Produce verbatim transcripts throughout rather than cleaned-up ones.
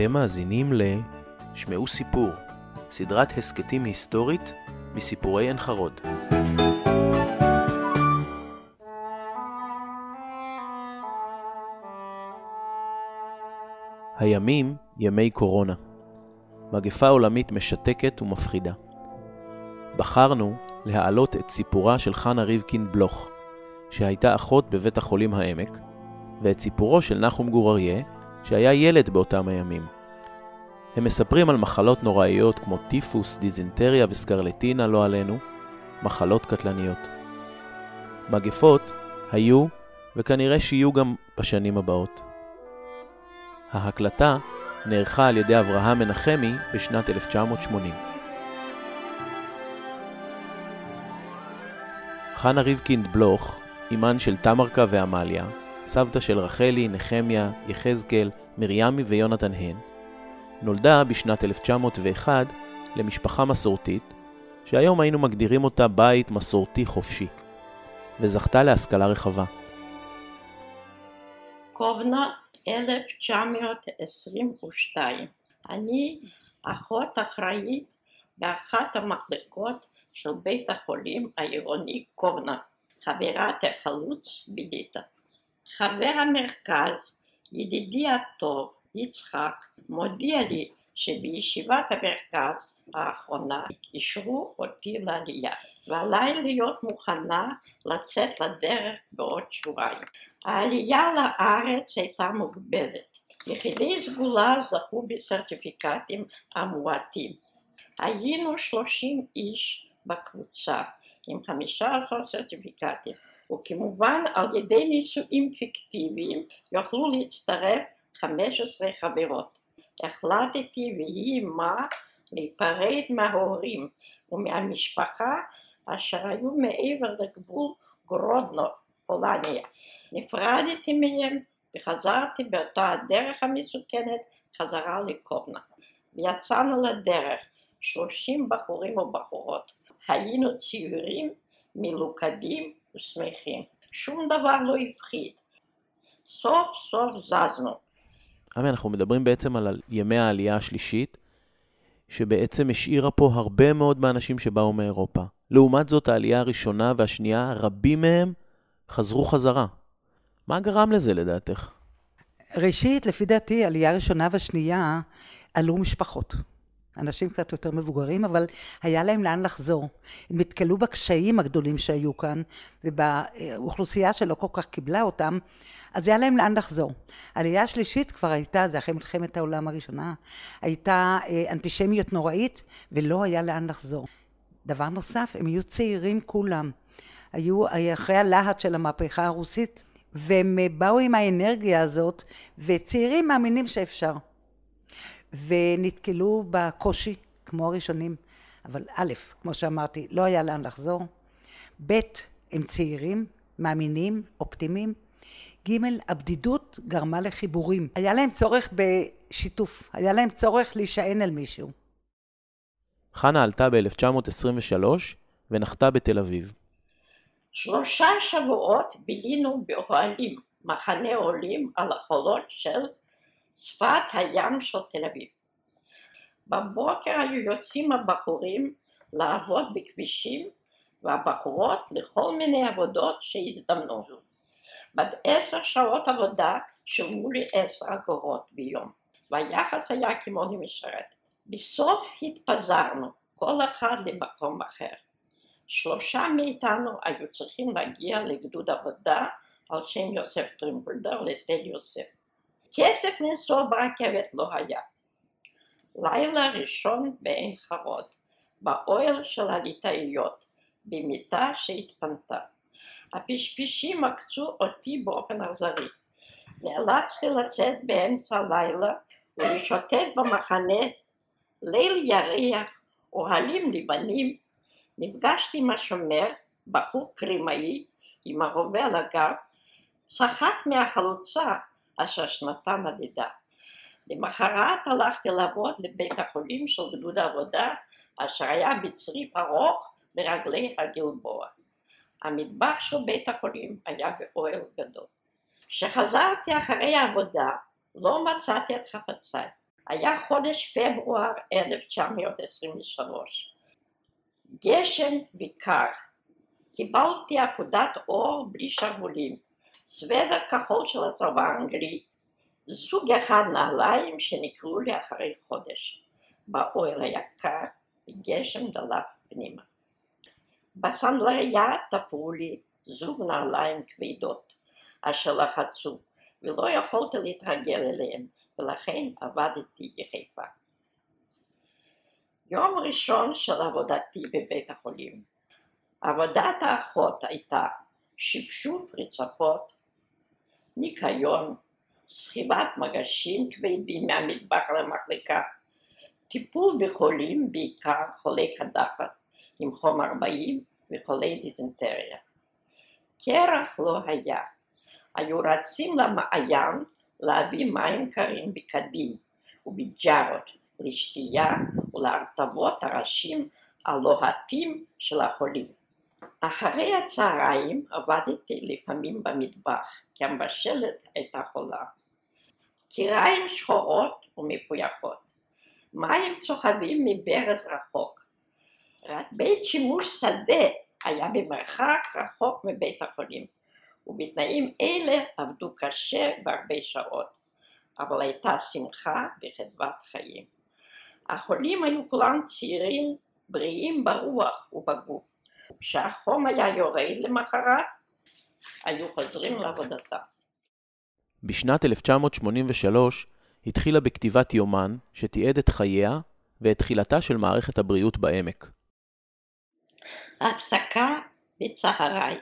אתם מאזינים לשמעו סיפור, סדרת הסקטים היסטורית מסיפורי עין חרוד. הימים ימי קורונה. מגפה עולמית משתקת ומפחידה. בחרנו להעלות את סיפורה של חנה ריבקינד בלוך, שהייתה אחות בבית החולים העמק, ואת סיפורו של נחום גור אריה, שהיה ילד באותם הימים. הם מספרים על מחלות נוראיות כמו טיפוס, דיזנטריה וסקרלטינה, לא עלינו, מחלות קטלניות. מגפות היו וכנראה שיהיו גם בשנים הבאות. ההקלטה נערכה על ידי אברהם מנחמי בשנת אלף תשע מאות שמונים. חנה ריבקינד בלוך, אימן של תמרקה ועמליה, סבתא של רחלי, נחמיה, יחזקאל, מרימי ויונתן הן, נולדה בשנת אלף תשע מאות ואחת למשפחה מסורתית, שהיום היינו מגדירים אותה בית מסורתי חופשי, וזכתה להשכלה רחבה. קובנה אלף תשע מאות עשרים ושתיים. אני אחות אחראית באחת המחלקות של בית החולים העירוני קובנה, חברת החלוץ בליטא. חבר המרכז, ידידי הטוב, יצחק, מודיע לי שבישיבת המרכז האחרונה אישרו אותי לעלייה, ועליי להיות מוכנה לצאת לדרך בעוד שבועיים. העלייה לארץ הייתה מוגבלת. יחידי סגולה זכו בסרטיפיקטים המועטים. היינו שלושים איש בקבוצה עם חמישה עשר סרטיפיקטים, וכמובן על ידי נישואים פיקטיביים יוכלו להצטרף חמש עשרה חברות. החלטתי והיא מה להיפרד מההורים ומהמשפחה אשר היו מעבר לגבול גרודנו, פולניה. נפרדתי מהם וחזרתי באותה הדרך המסוכנת חזרה לקובנה. ויצאנו לדרך, שלושים בחורים ובחורות. היינו צעירים, מלוכדים ושמחים. שום דבר לא הפחיד. סוף סוף זזנו. עמי, אנחנו מדברים בעצם על ימי העלייה השלישית, שבעצם השאירה פה הרבה מאוד מהאנשים שבאו מאירופה. לעומת זאת, העלייה הראשונה והשנייה, רבים מהם חזרו חזרה. מה גרם לזה לדעתך? ראשית, לפי דעתי, עלייה ראשונה והשנייה עלו משפחות. אנשים קצת יותר מבוגרים, אבל היה להם לאן לחזור. הם התקלו בקשיים הגדולים שהיו כאן, ובאוכלוסייה שלא כל כך קיבלה אותם, אז היה להם לאן לחזור. העלייה השלישית כבר הייתה, זה אחרי מלחמת העולם הראשונה, הייתה אנטישמיות נוראית, ולא היה לאן לחזור. דבר נוסף, הם היו צעירים כולם. היו אחרי הלהט של המהפכה הרוסית, והם באו עם האנרגיה הזאת, וצעירים מאמינים שאפשר. ונתקלו בקושי כמו הראשונים, אבל א', כמו שאמרתי, לא היה לאן לחזור. ב', הם צעירים, מאמינים, אופטימיים. ג', הבדידות גרמה לחיבורים. היה להם צורך בשיתוף, היה להם צורך להישען על מישהו. חנה עלתה ב-אלף תשע מאות עשרים ושלוש ונחתה בתל אביב. שלושה שבועות בילינו באוהלים, מחנה עולים על החולות של שפת הים של תל אביב. בבוקר היו יוצאים הבחורים לעבוד בכבישים, והבחורות לכל מיני עבודות שהזדמנו. בעד עשר שעות עבודה שילמו לי עשר אגורות ביום, והיחס היה כמו למשרת. בסוף התפזרנו, כל אחד למקום אחר. שלושה מאיתנו היו צריכים להגיע לגדוד עבודה על שם יוסף טרימפלדור לתל יוסף. כסף לנסוע ברכבת לא היה. לילה ראשון בעין חרוד, באוהל של הליטאיות, במיטה שהתפנתה. הפשפישים עקצו אותי באופן אכזרי. נאלצתי לצאת באמצע הלילה ולשוטט במחנה ליל ירח, אוהלים לבנים. נפגשתי עם השומר, בחור קרימאי, עם הרובה על הגב, צחק מהחלוצה אשר שנתה נדידה. למחרת הלכתי לעבוד לבית החולים של גדוד העבודה, אשר היה בצריף ארוך לרגלי הגלבוע. המטבח של בית החולים היה באוהל גדול. כשחזרתי אחרי העבודה, לא מצאתי את חפציי. היה חודש פברואר אלף תשע מאות עשרים ושלוש. גשם וקר. קיבלתי עקודת אור בלי שרוולים, סוודר כחול של הצבא האנגלי, זוג אחד נעליים שנקראו לי אחרי חודש. באוהל היה קר וגשם דלף פנימה. בסנדלריה תפרו לי זוג נעליים כבדות אשר לחצו, ולא יכולתי להתרגל אליהם, ולכן עבדתי בחיפה. יום ראשון של עבודתי בבית החולים. עבודת האחות הייתה שפשוף רצפות, ניקיון, סחיבת מגשים כבדים מהמטבח למחלקה, טיפול בחולים, בעיקר חולי קדחת עם חום ארבעים וחולי דיזנטריה. קרח לא היה. היו רצים למעיין להביא מים קרים בקדים ובג'רות לשתייה ולהרטבות הראשים הלוהטים של החולים. אחרי הצהריים עבדתי לפעמים במטבח, כי המבשלת הייתה חולה. קיריים שחורות ומפויחות, מים סוחבים מברז רחוק. בית שימוש שדה היה במרחק רחוק מבית החולים, ובתנאים אלה עבדו קשה והרבה שעות, אבל הייתה שמחה וחדוות חיים. החולים היו כולם צעירים, בריאים ברוח ובגוף. כשהחום היה יורד למחרת, היו חוזרים לעבודתה. בשנת אלף תשע מאות שמונים ושלוש התחילה בכתיבת יומן שתיעד את חייה ואת תחילתה של מערכת הבריאות בעמק. הפסקה בצהרי.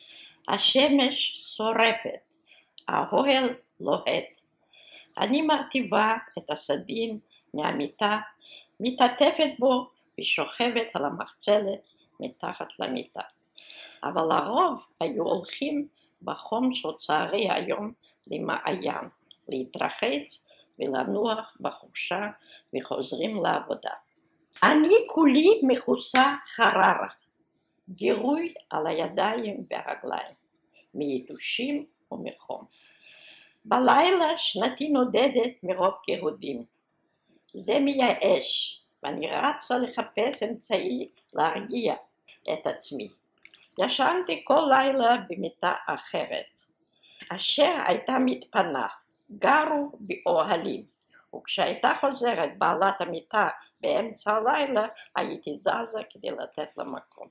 השמש שורפת, האוהל לוהט. אני מרטיבה את הסדין מהמיטה, מתעטפת בו ושוכבת על המחצלת מתחת למיטה. אבל לרוב היו הולכים בחום של צהרי היום למעיין, להתרחץ ולנוח בחופשה וחוזרים לעבודה. אני כולי מכוסה חררה, גירוי על הידיים והרגליים, מיתושים ומחום. בלילה שנתי נודדת מרוב כהודים. זה מייאש, ואני רצה לחפש אמצעי להרגיע את עצמי. ישנתי כל לילה במיטה אחרת, אשר הייתה מתפנה, גרו באוהלים, וכשהייתה חוזרת בעלת המיטה באמצע הלילה, הייתי זזה כדי לתת לה מקום.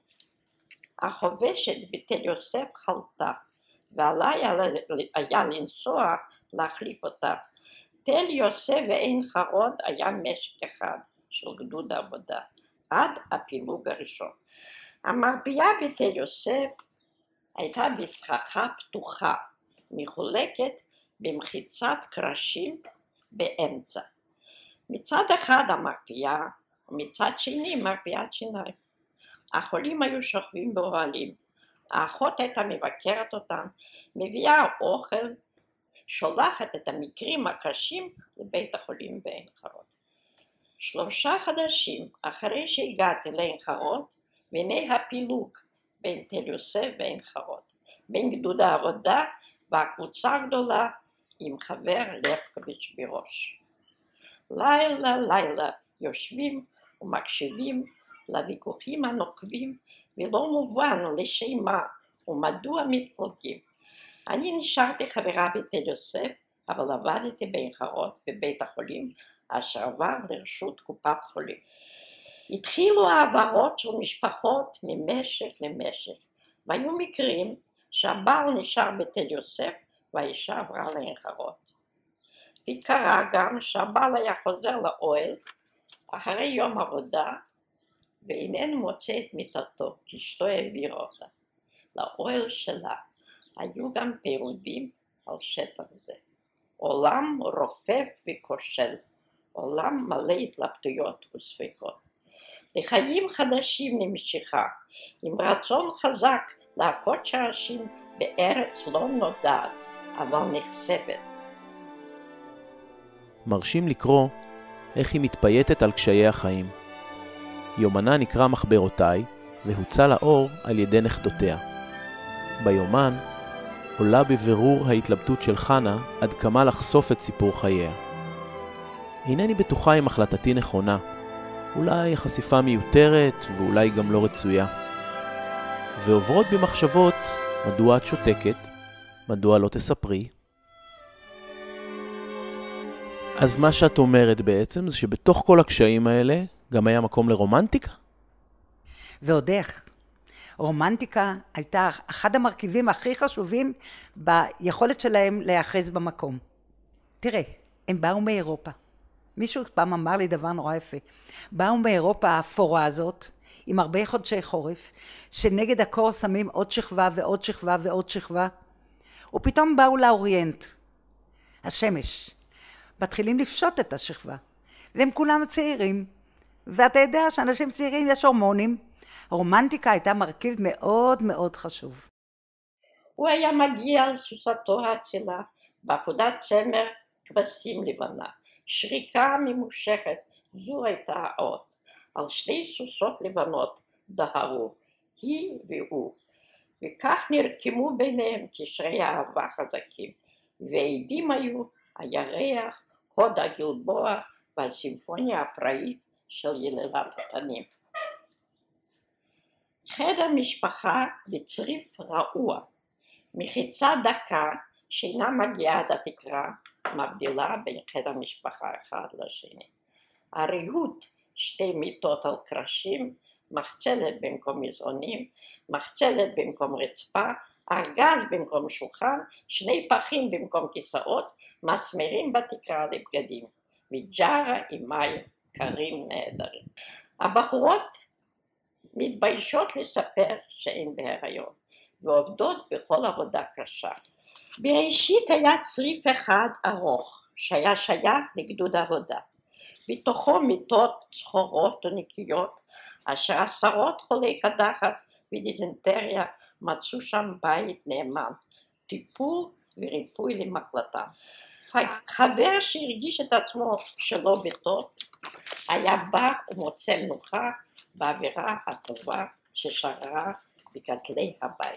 החובשת בתל יוסף חלתה, ועליי היה לנסוע להחליף אותה. תל יוסף ועין חרוד היה משק אחד של גדוד עבודה, עד הפילוג הראשון. המרפאה בתל יוסף הייתה בסככה פתוחה, מחולקת במחיצת קרשים באמצע. מצד אחד המרפאה, ומצד שני מרפאת שיניים. החולים היו שוכבים באוהלים. האחות הייתה מבקרת אותם, מביאה אוכל, שולחת את המקרים הקשים לבית החולים בעין חרוד. שלושה חודשים אחרי שהגעתי לעין חרוד, והנה הפילוג בין תל יוסף ועין חרוד, בין גדוד העבודה והקבוצה הגדולה עם חבר לבקוביץ' בראש. לילה לילה יושבים ומקשיבים לוויכוחים הנוקבים ולא מובן לשם מה ומדוע מתפלגים. אני נשארתי חברה בתל יוסף, אבל עבדתי בעין חרוד בבית החולים אשר עבר לרשות קופת חולים. התחילו העברות של משפחות ממשק למשק, והיו מקרים שהבעל נשאר בתל יוסף והאישה עברה לעין חרוד. וקרה גם שהבעל היה חוזר לאוהל אחרי יום עבודה ואיננו מוצא את מיטתו, כי אשתו העבירה אותה. לאוהל שלה היו גם פירודים על שטח זה. עולם רופף וכושל, עולם מלא התלבטויות וספקות. לחיים חדשים נמשכה, עם רצון חזק להכות שרשים בארץ לא נודעת, אבל נחשפת. מרשים לקרוא איך היא מתפייטת על קשיי החיים. יומנה נקרא מחברותיי, והוצא לאור על ידי נכדותיה. ביומן עולה בבירור ההתלבטות של חנה עד כמה לחשוף את סיפור חייה. אינני בטוחה אם החלטתי נכונה. אולי החשיפה מיותרת ואולי גם לא רצויה. ועוברות במחשבות, מדוע את שותקת? מדוע לא תספרי? אז מה שאת אומרת בעצם זה שבתוך כל הקשיים האלה גם היה מקום לרומנטיקה? ועוד איך. רומנטיקה הייתה אחד המרכיבים הכי חשובים ביכולת שלהם להיאחז במקום. תראה, הם באו מאירופה. מישהו פעם אמר לי דבר נורא יפה. באו מאירופה האפורה הזאת, עם הרבה חודשי חורף, שנגד הקור שמים עוד שכבה ועוד שכבה ועוד שכבה, ופתאום באו לאוריינט, השמש. מתחילים לפשוט את השכבה, והם כולם צעירים. ואתה יודע שאנשים צעירים יש הורמונים. הרומנטיקה הייתה מרכיב מאוד מאוד חשוב. הוא היה מגיע על סוסתו האצילה, בעבודת צמר כבשים לבנה, שריקה ממושכת, זו הייתה האות. על שתי סוסות לבנות דהרו, היא והוא, וכך נרקמו ביניהם קשרי אהבה חזקים, ועדים היו הירח, הוד הגלבוע והסימפוניה הפראית של יללת התנים. חדר משפחה בצריף רעוע, מחיצה דקה שאינה מגיעה עד התקרה, מבדילה בין חדר משפחה אחד לשני. הריהוט, שתי מיטות על קרשים, מחצלת במקום מזעונים, מחצלת במקום רצפה, ארגז במקום שולחן, שני פחים במקום כיסאות, מסמרים בתקרה לבגדים, מג'רה עם מים קרים נהדרים. הבחורות מתביישות לספר שהן בהיריון, ועובדות בכל עבודה קשה. בראשית היה צריף אחד ארוך, שהיה שייך לגדוד עבודה. בתוכו מיטות צחורות ונקיות, אשר עשרות חולי קדחת ודיזנטריה מצאו שם בית נאמן, טיפול וריפוי למחלתם. חבר שהרגיש את עצמו שלא בטוב, היה בא ומוצא מנוחה באווירה הטובה ששררה בכתלי הבית.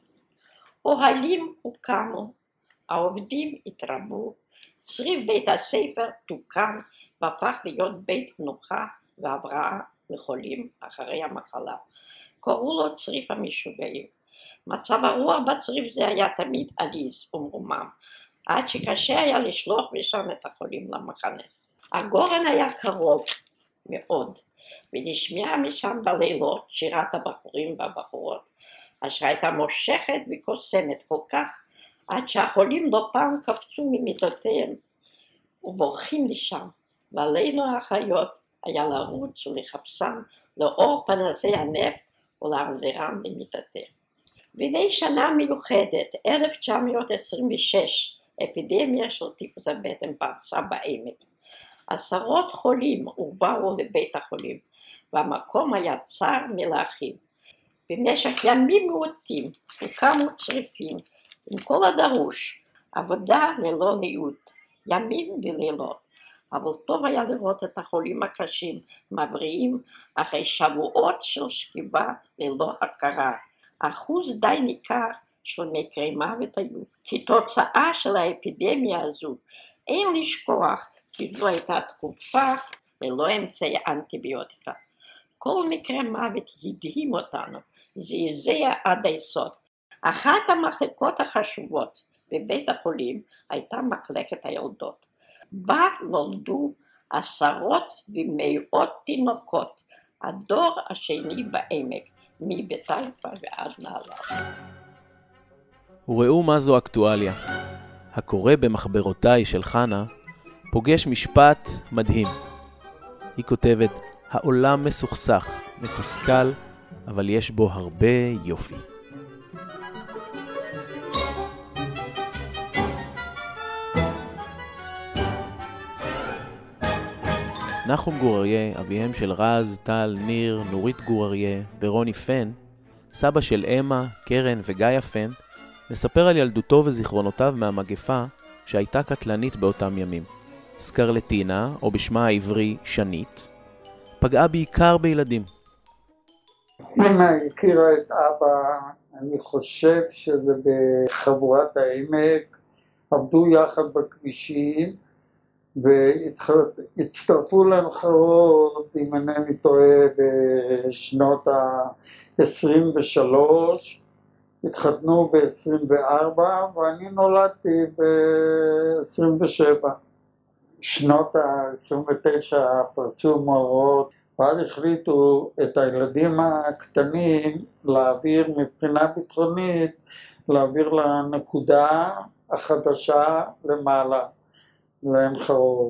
אוהלים הוקמו, העובדים התרבו, צריף בית הספר תוקם והפך להיות בית מנוחה והבראה לחולים אחרי המחלה. קראו לו צריף המשוגעים. מצב הרוח בצריף זה היה תמיד עליז ומרומם, עד שקשה היה לשלוח משם את החולים למחנה. הגורן היה קרוב מאוד, ונשמע משם בלילות שירת הבחורים והבחורות, אשר הייתה מושכת וקוסמת כל כך, עד שהחולים לא פעם קפצו ממיטותיהם ובורחים לשם, ועלינו האחיות היה לרוץ ולחפשם לאור פנסי הנפט ולהחזירם למיטותיהם. והנה שנה מיוחדת, אלף תשע מאות עשרים ושש, אפידמיה של טיפוס הבטן פרצה בעמק. עשרות חולים הובאו לבית החולים, והמקום היה צר מלהכיל. במשך ימים מעוטים הוקמו צריפים עם כל הדרוש, עבודה ללא לאות, ימים ולילות. אבל טוב היה לראות את החולים הקשים מבריאים אחרי שבועות של שכיבה ללא הכרה. אחוז די ניכר של מקרי מוות היו. כתוצאה של האפידמיה הזו, אין לשכוח כי זו הייתה תקופה ללא אמצעי אנטיביוטיקה. כל מקרה מוות הדהים אותנו, זעזע עד היסוד. אחת המחלקות החשובות בבית החולים הייתה מחלקת היולדות. בה נולדו עשרות ומאות תינוקות, הדור השני בעמק, מבית אלפא ועד נהלל. וראו מה זו אקטואליה. הקורא במחברותיי של חנה פוגש משפט מדהים. היא כותבת, העולם מסוכסך, מתוסכל, אבל יש בו הרבה יופי. נחום גור-אריה, אביהם של רז, טל, ניר, נורית גור-אריה ורוני פן, סבא של אמה, קרן וגיא פן, מספר על ילדותו וזיכרונותיו מהמגפה שהייתה קטלנית באותם ימים. סקרלטינה, או בשמה העברי שנית, פגעה בעיקר בילדים. אמא הכירה את אבא, אני חושב שזה בחבורת העמק, עבדו יחד בכבישים, והצטרפו להנחרות, אם אינני טועה, בשנות ה-עשרים ושלוש, התחתנו ב-עשרים וארבע, ואני נולדתי ב-עשרים ושבע. שנות ה-עשרים ותשע פרצו מאורעות, ואז החליטו את הילדים הקטנים להעביר מבחינה ביטחונית, להעביר לנקודה החדשה למעלה, לעין חרוד.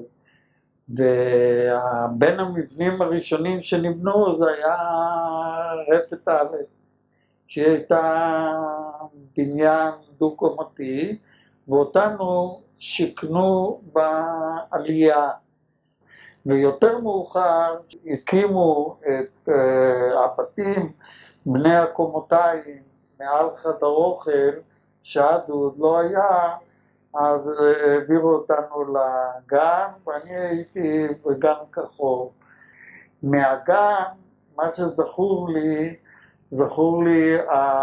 ובין המבנים הראשונים שנבנו זה היה רפת א', שהיא הייתה בניין דו-קומתי, ואותנו שכנו בעלייה. ויותר מאוחר הקימו את uh, הבתים בני הקומותיים מעל חדר אוכל, שעד הוא עוד לא היה, אז העבירו אותנו לגן, ואני הייתי בגן כחול. מהגן, מה שזכור לי, זכור לי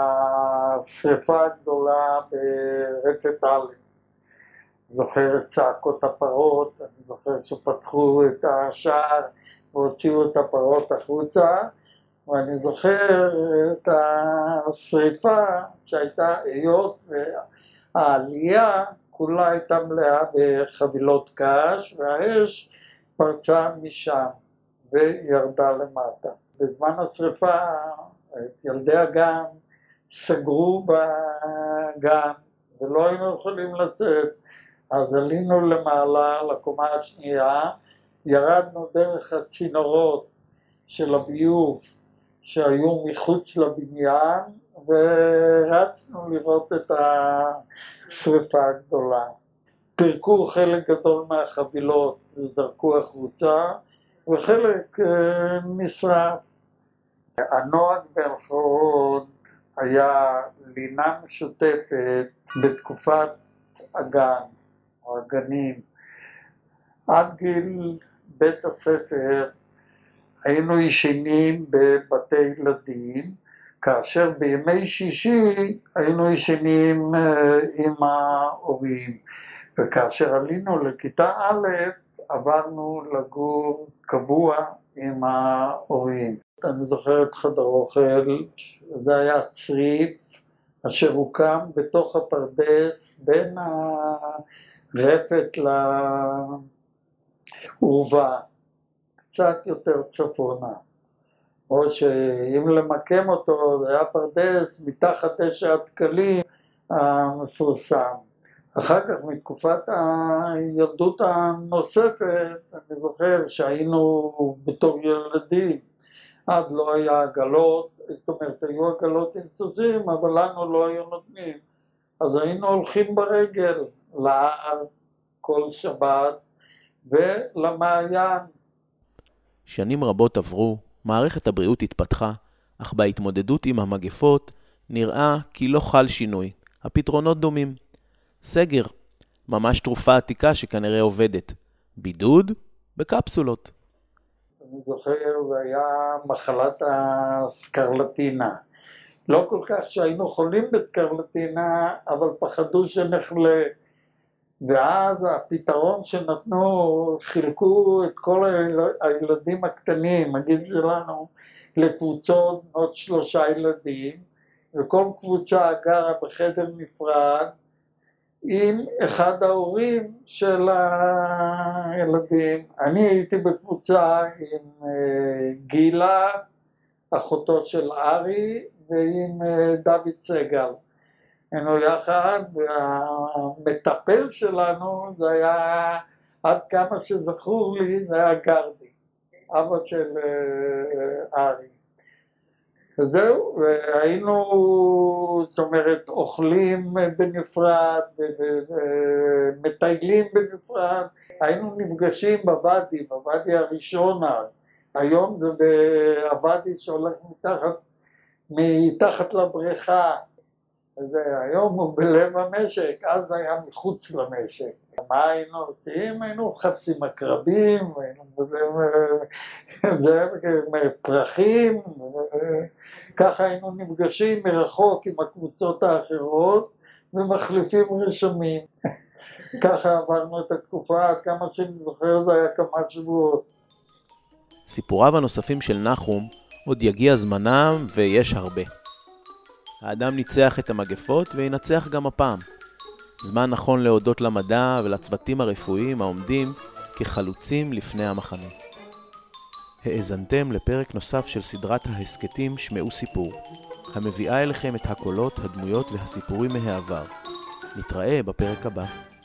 השריפה הגדולה ברפת א'. זוכר את צעקות הפרות, אני זוכר שפתחו את השער והוציאו את הפרות החוצה, ואני זוכר את השריפה שהייתה, היות והעלייה כולה הייתה מלאה בחבילות קש, והאש פרצה משם וירדה למטה. בזמן השריפה את ילדי הגן סגרו בגן ולא היינו יכולים לצאת. אז עלינו למעלה, לקומה השנייה, ירדנו דרך הצינורות של הביוב שהיו מחוץ לבניין, ורצנו לראות את השריפה הגדולה. פרקו חלק גדול מהחבילות וזרקו החוצה, וחלק נשרף. הנוהג באלחרוד היה לינה משותפת בתקופת הגן. או הגנים. עד גיל בית הספר היינו ישנים בבתי ילדים, כאשר בימי שישי היינו ישנים עם ההורים, וכאשר עלינו לכיתה א' עברנו לגור קבוע עם ההורים. אני זוכר את חדר אוכל, זה היה צריף אשר הוקם בתוך הפרדס בין ה... רפת לעורבה, קצת יותר צפונה, או שאם למקם אותו, זה היה פרדס מתחת דשא הדקלים המפורסם. אחר כך מתקופת הילדות הנוספת, אני זוכר שהיינו בתור ילדים, עד לא היה עגלות, זאת אומרת, היו עגלות עם סוסים, אבל לנו לא היו נותנים, אז היינו הולכים ברגל, להר כל שבת ולמעיין. שנים רבות עברו, מערכת הבריאות התפתחה, אך בהתמודדות עם המגפות נראה כי לא חל שינוי. הפתרונות דומים. סגר, ממש תרופה עתיקה שכנראה עובדת. בידוד בקפסולות. אני זוכר, זה היה מחלת הסקרלטינה. לא כל כך שהיינו חולים בסקרלטינה, אבל פחדו שנחלה. ואז הפתרון שנתנו, חילקו את כל הילדים הקטנים, הגיל שלנו, לקבוצות עוד שלושה ילדים, וכל קבוצה גרה בחדר נפרד, עם אחד ההורים של הילדים. אני הייתי בקבוצה עם גילה, אחותו של ארי, ועם דוד סגל. היינו יחד, והמטפל שלנו זה היה, עד כמה שזכור לי, זה היה גרדי, אבא של ארי. וזהו, והיינו, זאת אומרת, אוכלים בנפרד, ומטיילים בנפרד, היינו נפגשים בוואדי, בוואדי הראשון, היום זה בוואדי שהולך מתחת, מתחת לבריכה, זה היום הוא בלב המשק, אז היה מחוץ למשק. מה היינו עושים? היינו מחפשים עקרבים, היינו פרחים, ככה היינו נפגשים מרחוק עם הקבוצות האחרות ומחליפים רשמים. ככה עברנו את התקופה, כמה שאני זוכר זה היה כמה שבועות. סיפוריו הנוספים של נחום עוד יגיע זמנם ויש הרבה. האדם ניצח את המגפות וינצח גם הפעם. זמן נכון להודות למדע ולצוותים הרפואיים העומדים כחלוצים לפני המחנה. האזנתם לפרק נוסף של סדרת ההסקטים שמעו סיפור, המביאה אליכם את הקולות, הדמויות והסיפורים מהעבר. נתראה בפרק הבא.